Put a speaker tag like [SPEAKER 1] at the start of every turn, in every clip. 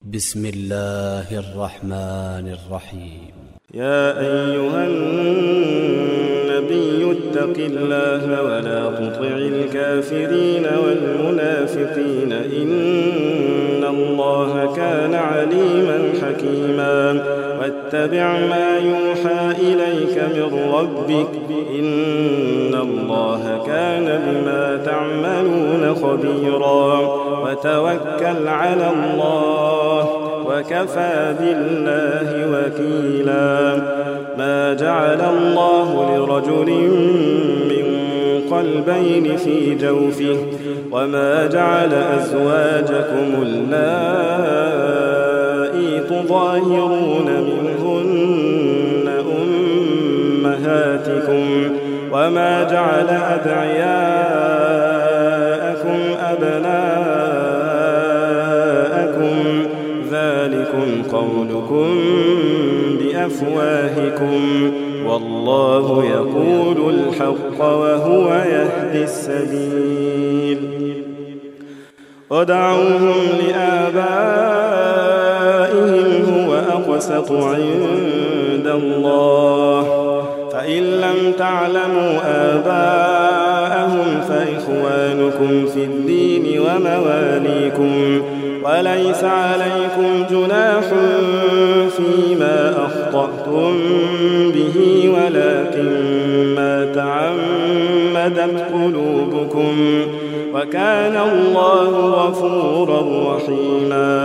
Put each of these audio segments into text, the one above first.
[SPEAKER 1] بسم الله الرحمن الرحيم.
[SPEAKER 2] يا أيها النبي اتق الله ولا تطع الكافرين والمنافقين إن الله كان عليما حكيما واتبع ما يوحى إليك من ربك إن الله كان بما تعملون خبيرا وتوكل على الله وكفى بالله وكيلا. ما جعل الله لرجل من قلبين في جوفه وما جعل أزواجكم اللائي تظاهرون منهن أمهاتكم وما جعل أدعياءكم أبناءكم ذلكم قولكم بأفواهكم والله يقول الحق وهو يهدي السبيل. ودعوهم لآبائهم هو أقسط عند الله فإن لم تعلموا آباءهم فإخوانكم في الدين ومواليكم وليس عليكم جناح فيما أخطأتم به ولكن ما تعمدت قلوبكم وكان الله غفورا رحيما.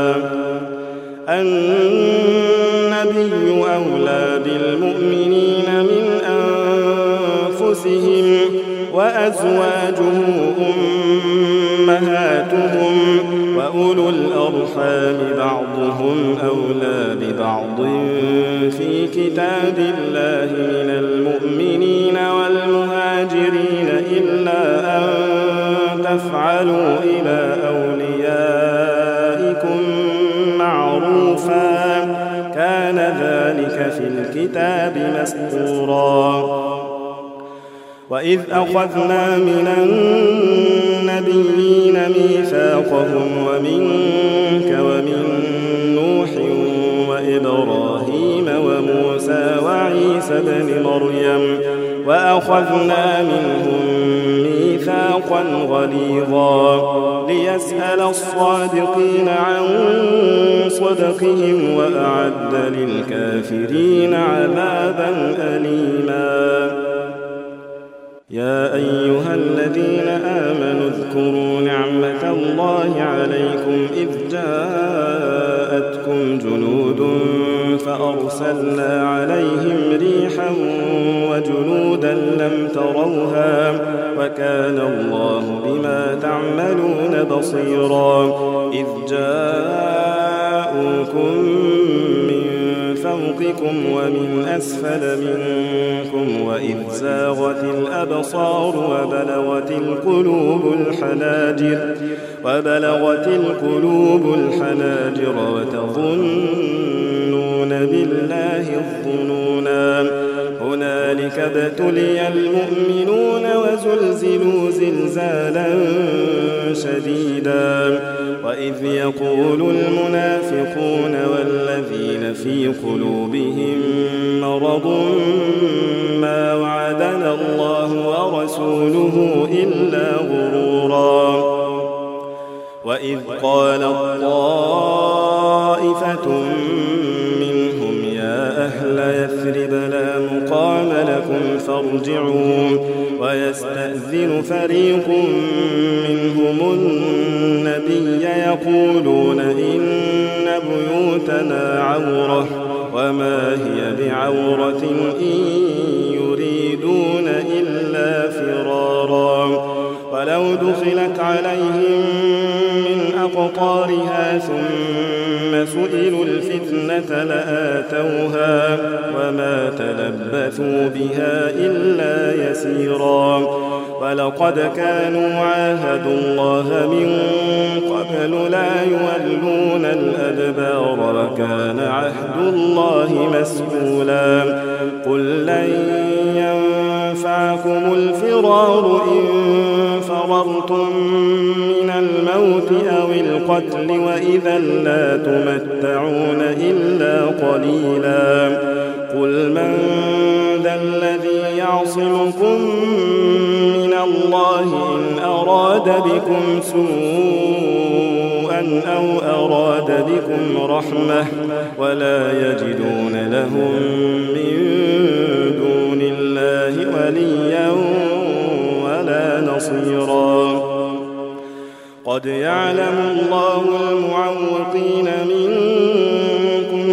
[SPEAKER 2] النبي أولى بالمؤمنين من أنفسهم وأزواجه أمهاتهم وأولو الأرحام بعضهم أولى ببعض في كتاب الله من المؤمنين والمهاجرين إلا أن تفعلوا إلى أوليائكم معروفا كان ذلك في الكتاب مسطورا. وإذ أخذنا من النبيين ميثاقهم ومنك ومن نوح وإبراهيم وموسى وعيسى بن مريم وأخذنا منهم ميثاقا غليظا ليسأل الصادقين عن صدقهم وأعد للكافرين عذابا أليما. يا أيها الذين آمنوا اذكروا نعمة الله عليكم إذ جاءتكم جنود فأرسلنا عليهم ريحا وجنودا لم تروها وكان الله بما تعملون بصيرا. إذ جاءوكم من فوقكم ومن أسفل منكم وإذ زاغت الأبصار وبلغت القلوب الحناجر وتظنون بالله الظنونا. هنالك ابتلي المؤمنون وزلزلوا زلزالا شديدا. وإذ يقول المنافقون والذين في قلوبهم مرض ما وعدنا الله ورسوله إلا غرورا. وإذ قال طائفة منهم يا أهل يثرب لا مقام لكم فارجعوا ويستأذن فريق منهم النبي يقولون إن بيوتنا عورة وما هي بعورة إن يريدون إلا فرارا. ولو دخلت عليهم من أقطارها ثم سئلوا الفتنة لآتوها وما تلبثوا بها إلا يسيرا. ولقد كانوا عاهدوا الله من قبل لا يولون الأدبار وكان عهد الله مسؤولا. قل لن ينفعكم الفرار إن فررتم من الموت أو القتل وإذا لا تمتعون إلا قليلا قل من ذا الذي يعصمكم من الله إن أراد بكم سوءا أو أراد بكم رحمة ولا يجدون لهم من دون الله وليا ولا نصيرا قد يعلم الله المعوقين منكم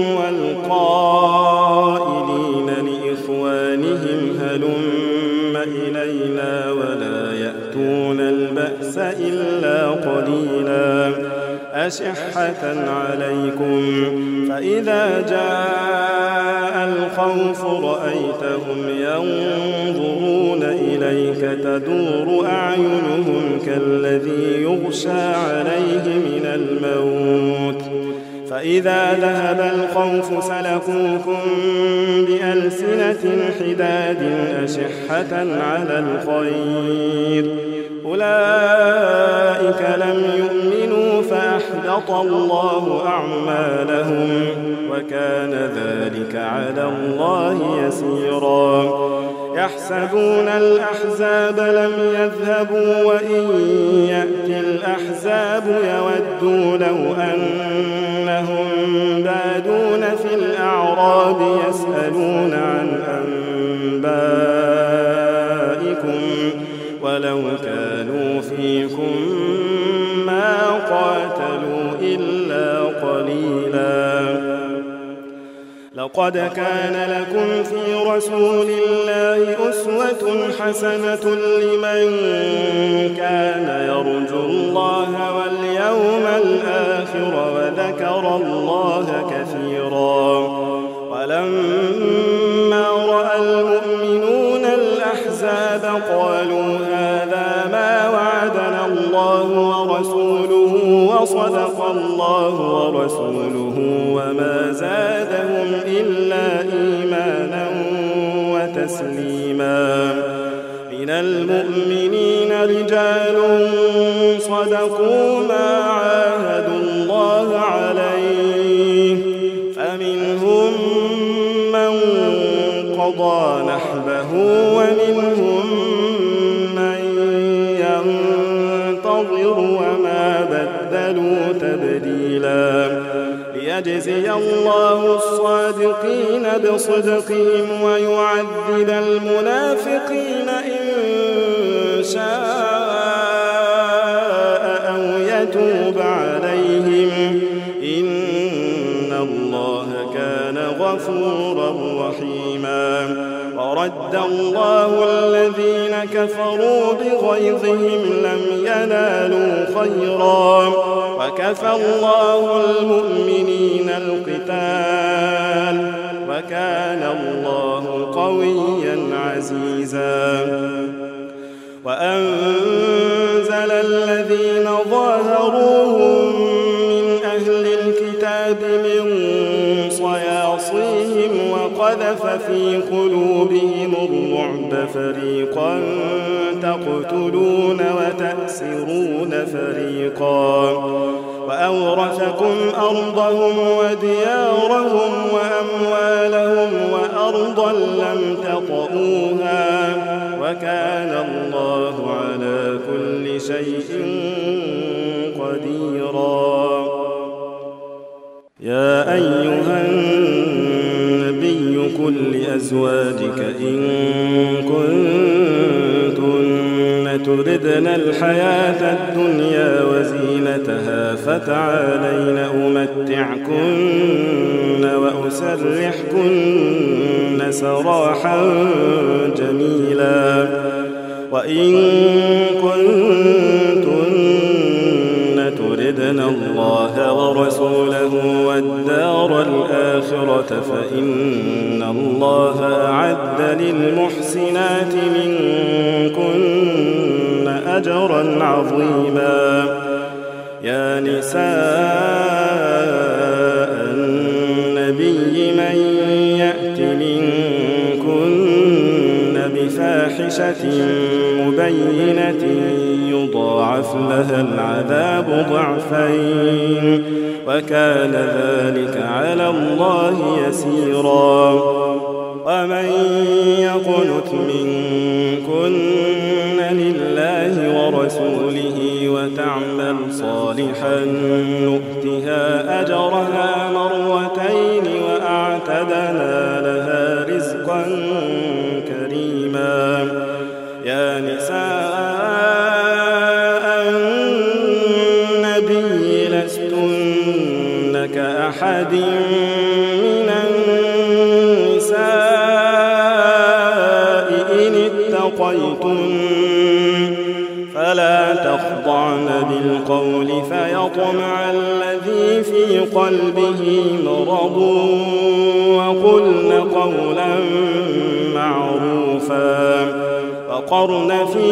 [SPEAKER 2] والقائلين لإخوانهم هلم إلينا ولا يأتون البأس إلا قليلا أشحة عليكم فإذا جاء الخوف رأيتهم ينظرون إليك تدور أعينهم كالذي يغشى عليه من الموت فإذا ذهب الخوف سلكوكم بألسنة حداد أشحة على الخير أولئك لم يؤمنوا فأحبط الله أعمالهم وكان ذلك على الله يسيرا يحسبون الأحزاب لم يذهبوا وإن يأتي الأحزاب يودوا لو أنهم بادون في الأعراب يسألون عن أنبائكم ولو كانوا فيكم ما قاتلوا إلا قليلا لقد كان لكم في رسول الله أسوة حسنة لمن كان يرجو الله واليوم الآخر وذكر الله كثيرا ولما رأى المؤمنون الأحزاب قالوا هذا ما وعدنا الله ورسوله وصدق الله ورسوله وما زادهم إلا إيمانا وتسليما من المؤمنين رجال صدقوا ما عاهدوا الله عليه فمنهم من قضى نحبه ومنهم من ينتظر وما بدلوا تبديلا ليجزي الله الصادقين بصدقهم ويعذب المنافقين إن شاء أو يتوب عليهم إن الله كان غفورا رحيما ورد الله الذين كفروا بغيظهم لم ينالوا خيرا وكفى الله المؤمنين القتال وكان الله قويا عزيزا وأنزل الذين ظاهروهم من أهل الكتاب من صياصيهم وقذف في قلوبهم الرعب فريقا تقتلون وتأسرون فريقا وأورثكم أرضهم وديارهم وأموالهم وأرضا لم تطئوها وكان الله على كل شيء قديرا يا أيها النبي قل لأزواجك إن كنتن تردن الحياة الدنيا وزينتها فتعالين أمتعكن وأسرحكن سراحا جميلا وإن كنتن تردن الله ورسوله والدار الآخرة فإن الله أعد للمحسنات منكن أجرا عظيما يا نساء النبي من يأت منكن بفاحشة مبينة يضاعف لها العذاب ضعفين وكان ذلك على الله يسيرا. ومن يقنت منكن لله ورسوله وتعمل صالحا نؤتها أجرها مرتين وأعتدنا لها رزقا كريما. يا نساء النبي لستن كأحد من النساء إن اتقيتن فلا تخضعن بالقول فيطمع الذي في قلبه مرض وقلن قولا معروفا وقرن في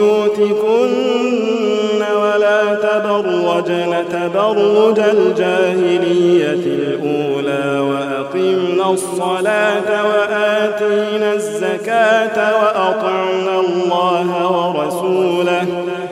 [SPEAKER 2] بيوتكن ولا تبرجن تبرج الجاهلية الأولى وأقمنا الصلاة وآتينا الزكاة وأطعنا الله ورسوله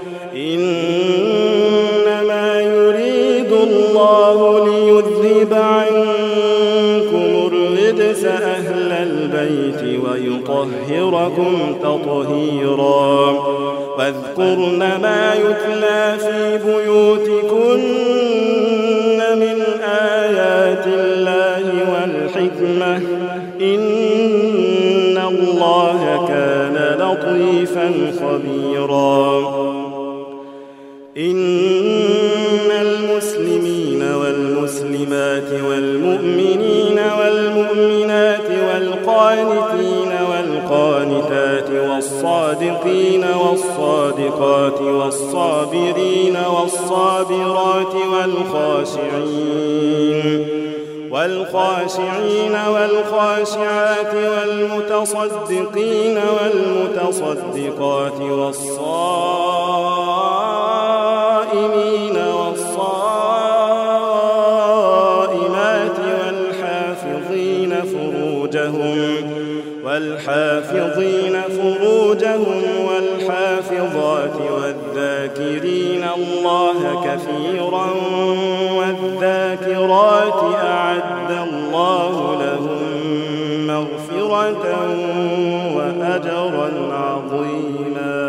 [SPEAKER 2] إنما يريد الله ليذهب عنكم الرجس أهل البيت ويطهركم تطهيرا. واذكرن ما يتلى في بيوتكن من آيات الله والحكمة إن الله كان لطيفا خبيرا. إن المسلمين والمسلمات والمؤمنين والمؤمنات والقانتين والقانتات والصادقين والصادقات والصابرين والصابرات والخاشعين والخاشعات والمتصدقين والمتصدقات والصائمين والصائمات والحافظين فروجهم والحافظات والذاكرين الله كثيرا والذاكرات أعد الله لهم مغفرة وأجرا عظيما.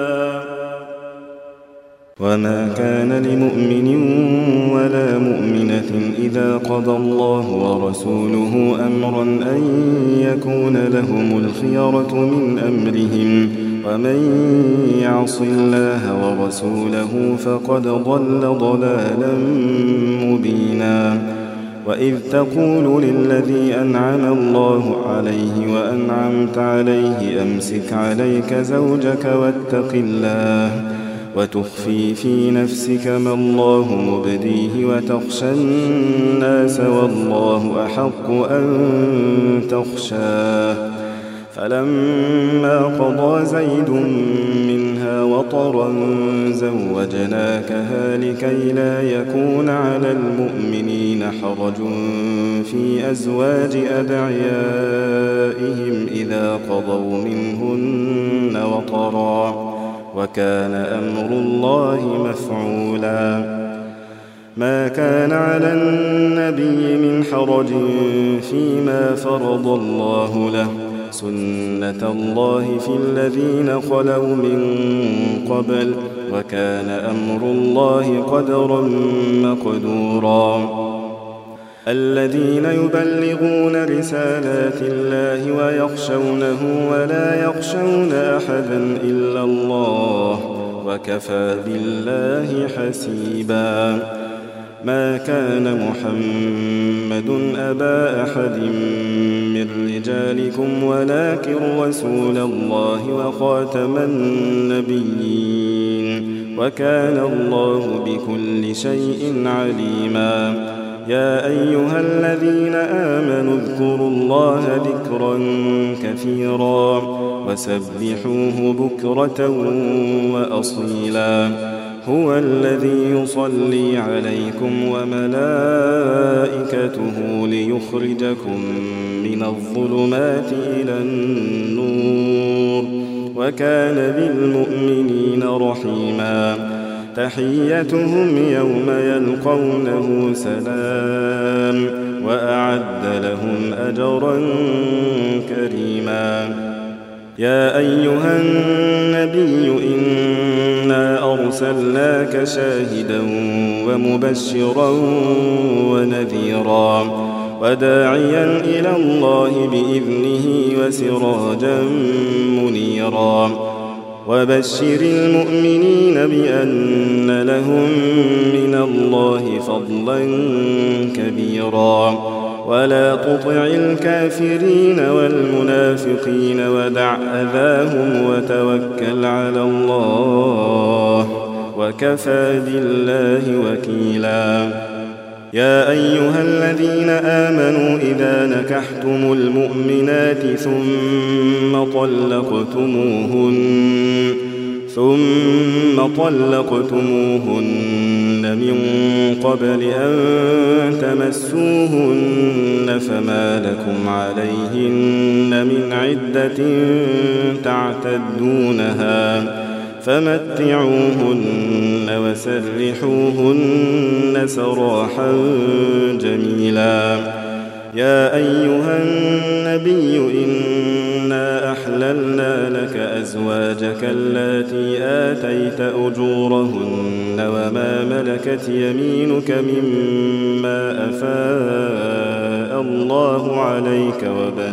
[SPEAKER 2] وما كان لمؤمن ولا مؤمنة إذا قضى الله ورسوله أمرا أن يكون لهم الخيرة من أمرهم ومن يعص الله ورسوله فقد ضل ضلالا مبينا. وإذ تقول للذي أنعم الله عليه وأنعمت عليه أمسك عليك زوجك واتق الله وتخفي في نفسك ما الله مبديه وتخشى الناس والله أحق أن تخشاه. فلما قضى زيد منها وطرا زوجناكها لكي لا يكون على المؤمنين حرج في أزواج أدعيائهم إذا قضوا منهن وطرا وكان أمر الله مفعولا. ما كان على النبي من حرج فيما فرض الله له سنة الله في الذين خلوا من قبل وكان أمر الله قدرا مقدورا. الذين يبلغون رسالات الله ويخشونه ولا يخشون أحدا إلا الله وكفى بالله حسيبا. ما كان محمد أبا أحد من رجالكم ولكن رسول الله وخاتم النبيين وكان الله بكل شيء عليما. يا أيها الذين آمنوا اذكروا الله ذكرا كثيرا وسبحوه بكرة وأصيلا. هو الذي يصلي عليكم وملائكته ليخرجكم من الظلمات إلى النور وكان بالمؤمنين رحيما. تحيتهم يوم يلقونه سلام وأعد لهم أجرا كريما. يا أيها النبي إنا أرسلناك شاهدا ومبشرا ونذيرا وداعيا إلى الله بإذنه وسراجا منيرا وبشر المؤمنين بأن لهم من الله فضلا كبيرا ولا تطع الكافرين والمنافقين ودع أذاهم وتوكل على الله وكفى بالله وكيلا. يا أيها الذين آمنوا إذا نكحتم المؤمنات ثم طلقتموهن من قبل أن تمسوهن فما لكم عليهن من عدة تعتدونها فمتعوهن وسرحوهن سراحا جميلا. يا أيها النبي إنا أحللنا لك أزواجك اللاتي آتيت أجورهن وما ملكت يمينك مما أفاء الله عليك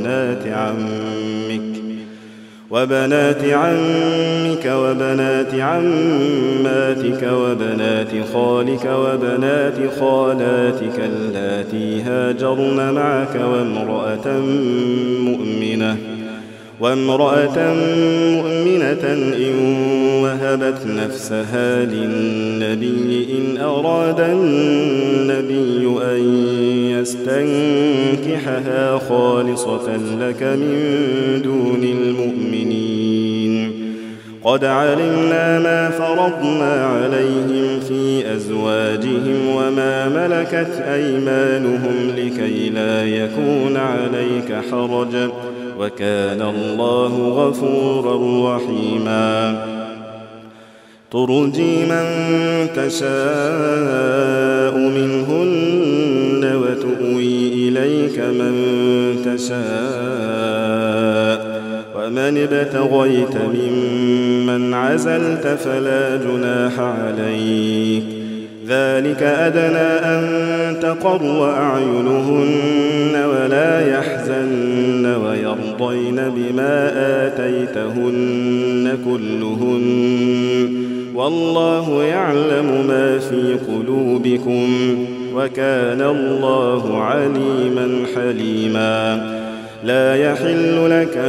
[SPEAKER 2] وبنات عمك وبنات عماتك وبنات خالك وبنات خالاتك اللاتي هاجرن معك وامرأة مؤمنة إن وهبت نفسها للنبي إن أراد النبي أن يستنكحها خالصة لك من دون المؤمنين. قد علمنا ما فرضنا عليهم في أزواجهم وما ملكت أيمانهم لكي لا يكون عليك حرج وكان الله غفورا رحيما. ترجي من تشاء منهن وتؤوي إليك من تشاء ومن ابتغيت ممن عزلت فلا جناح عليك. ذلك أدنى أن تقر أعينهن ولا يحزن ويرضين بما آتيتهن كلهن والله يعلم ما في قلوبكم وكان الله عليما حليما. لا يحل لك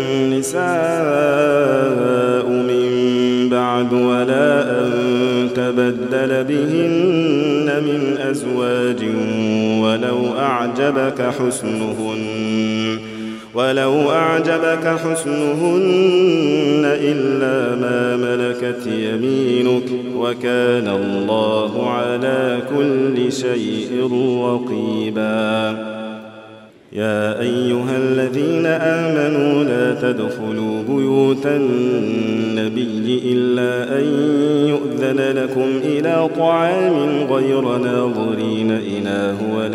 [SPEAKER 2] النساء من بعد ولا أن تبدل بهن من أزواج ولو أعجبك حسنهن إلا ما ملكت يمينك وكان الله على كل شيء رقيبا. يا أيها الذين آمنوا لا تدخلوا بيوت النبي إلا أن يؤذن لكم إلى طعام غير ناظرين إناه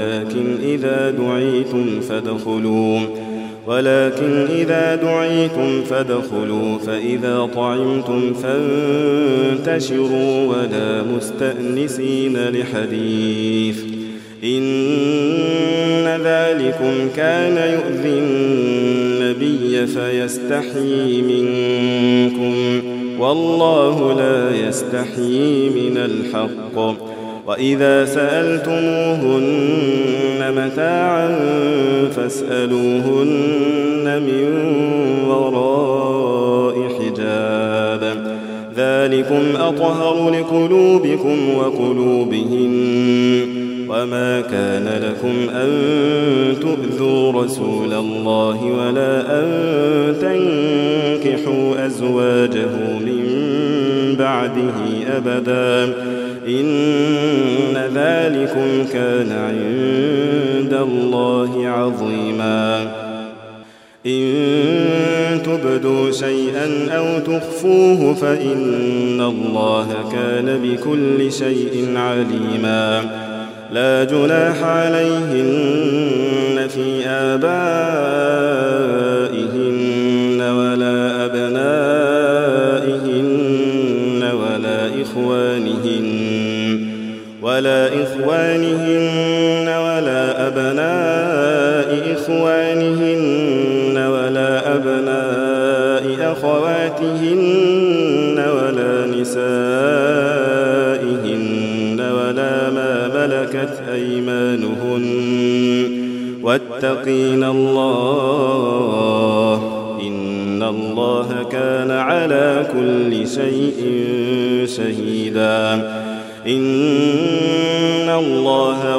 [SPEAKER 2] ولكن إذا دعيتم فادخلوا فإذا طعمتم فانتشروا ولا مستأنسين لحديث إن ذلكم كان يؤذي النبي فيستحيي منكم والله لا يستحيي من الحق. وإذا سألتموهن متاعا فاسألوهن من وراء حجاب ذلكم أطهر لقلوبكم وقلوبهن. وما كان لكم أن تؤذوا رسول الله ولا أن تنكحوا أزواجه من بعده أبدا إن ذلكم كان عند الله عظيما. إن تبدوا شيئا أو تخفوه فإن الله كان بكل شيء عليما لا جناح عليهن في آبائهن ولا أبنائهن ولا إخوانهن ولا أبناء إخوانهن ولا أبناء أخواتهن ولا نسائهن ولا ما ملكت أيمانهن واتقين الله إن الله كان على كل شيء شهيدا إن الله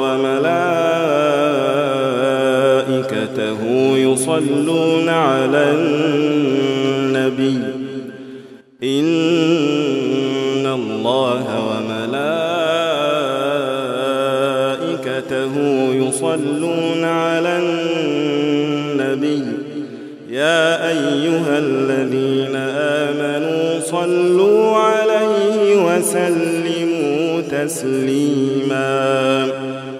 [SPEAKER 2] وملائكته يصلون على النبي إن الله وملائكته يصلون على النبي يا أيها الذين آمنوا صلوا عليه وسلموا تسليما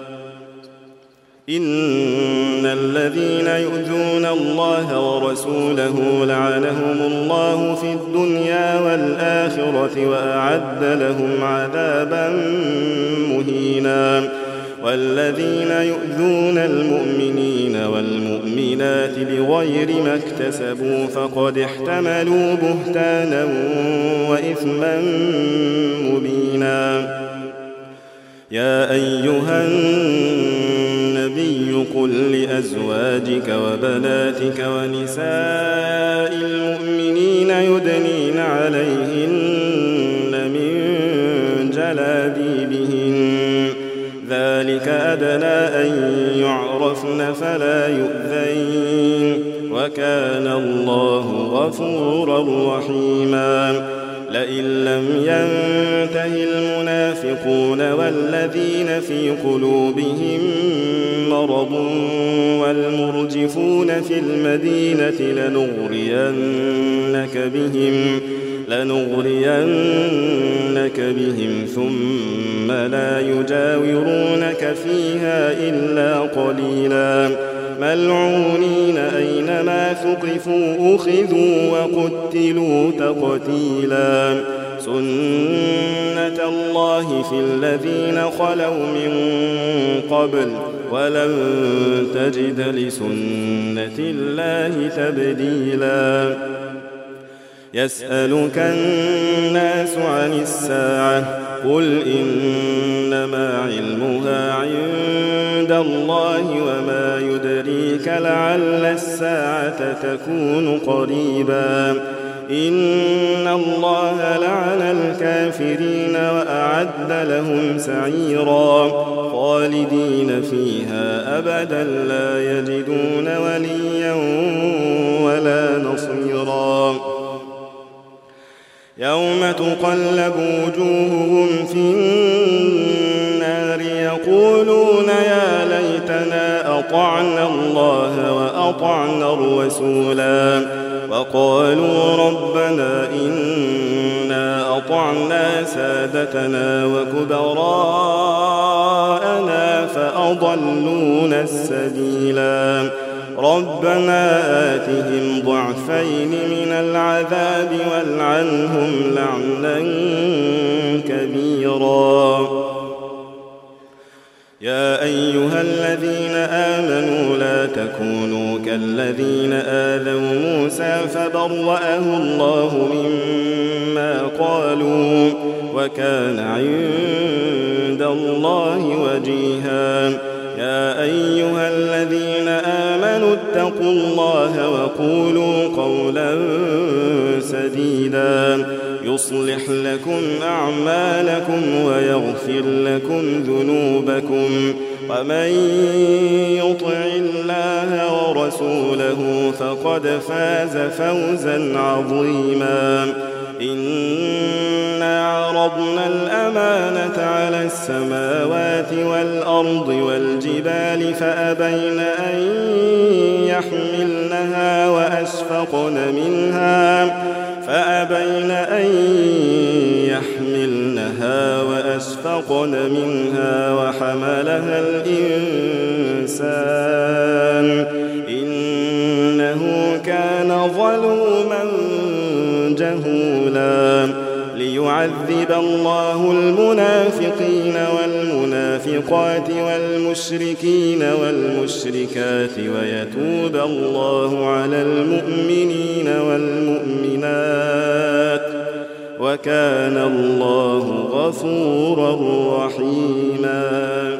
[SPEAKER 2] إن الذين يؤذون الله ورسوله لعنهم الله في الدنيا والآخرة وأعد لهم عذابا مهينا والذين يؤذون المؤمنين والمؤمنات بغير ما اكتسبوا فقد احتملوا بهتانا وإثما مبينا يا أيها النبي قل لأزواجك وبناتك ونساء المؤمنين يدنين عليهن من جلابيبهن ذلك أدنى أن يعرفن فلا يؤذين وكان الله غفورا رحيما لئن لم ينته المنافقون والذين في قلوبهم مرض والمرجفون في المدينة لنغرينك بهم ثم لا يجاورونك فيها إلا قليلا ملعونين أينما ثقفوا أخذوا وقتلوا تقتيلا سنة الله في الذين خلوا من قبل ولن تجد لسنة الله تبديلا يسألك الناس عن الساعة قل إنما علمها عند الله وما يدريك لعل الساعة تكون قريبا إن الله لعن الكافرين وأعد لهم سعيرا خالدين فيها أبدا لا يجدون وليا ولا نصيرا يوم تقلب وجوههم في النار يقولون يا ليتنا أطعنا الله وأطعنا الرسولا وقالوا ربنا إنا أطعنا سادتنا وكبراءنا فأضلونا السبيلا ربنا آتهم ضعفين من العذاب والعنهم لعنا كبيرا يا أيها الذين آمنوا لا تكونوا كالذين آذوا موسى فبرأه الله مما قالوا وكان عند الله وجيها يا أيها الذين آمنوا اتقوا الله وقولوا قولا سديدا يصلح لكم أعمالكم ويغفر لكم ذنوبكم ومن يطع الله ورسوله فقد فاز فوزا عظيما إنا عرضنا الأمانة على السماوات والأرض والجبال فأبين أن يحملنها وأشفقن منها فأبين أن يحملنها وأشفقن منها وحملها الإنسان إنه كان ظلوما جهولا ليعذب الله المنافقين والمنافقات والمشركين والمشركات ويتوب الله على المؤمنين والمؤمنات وكان الله غفورا رحيما.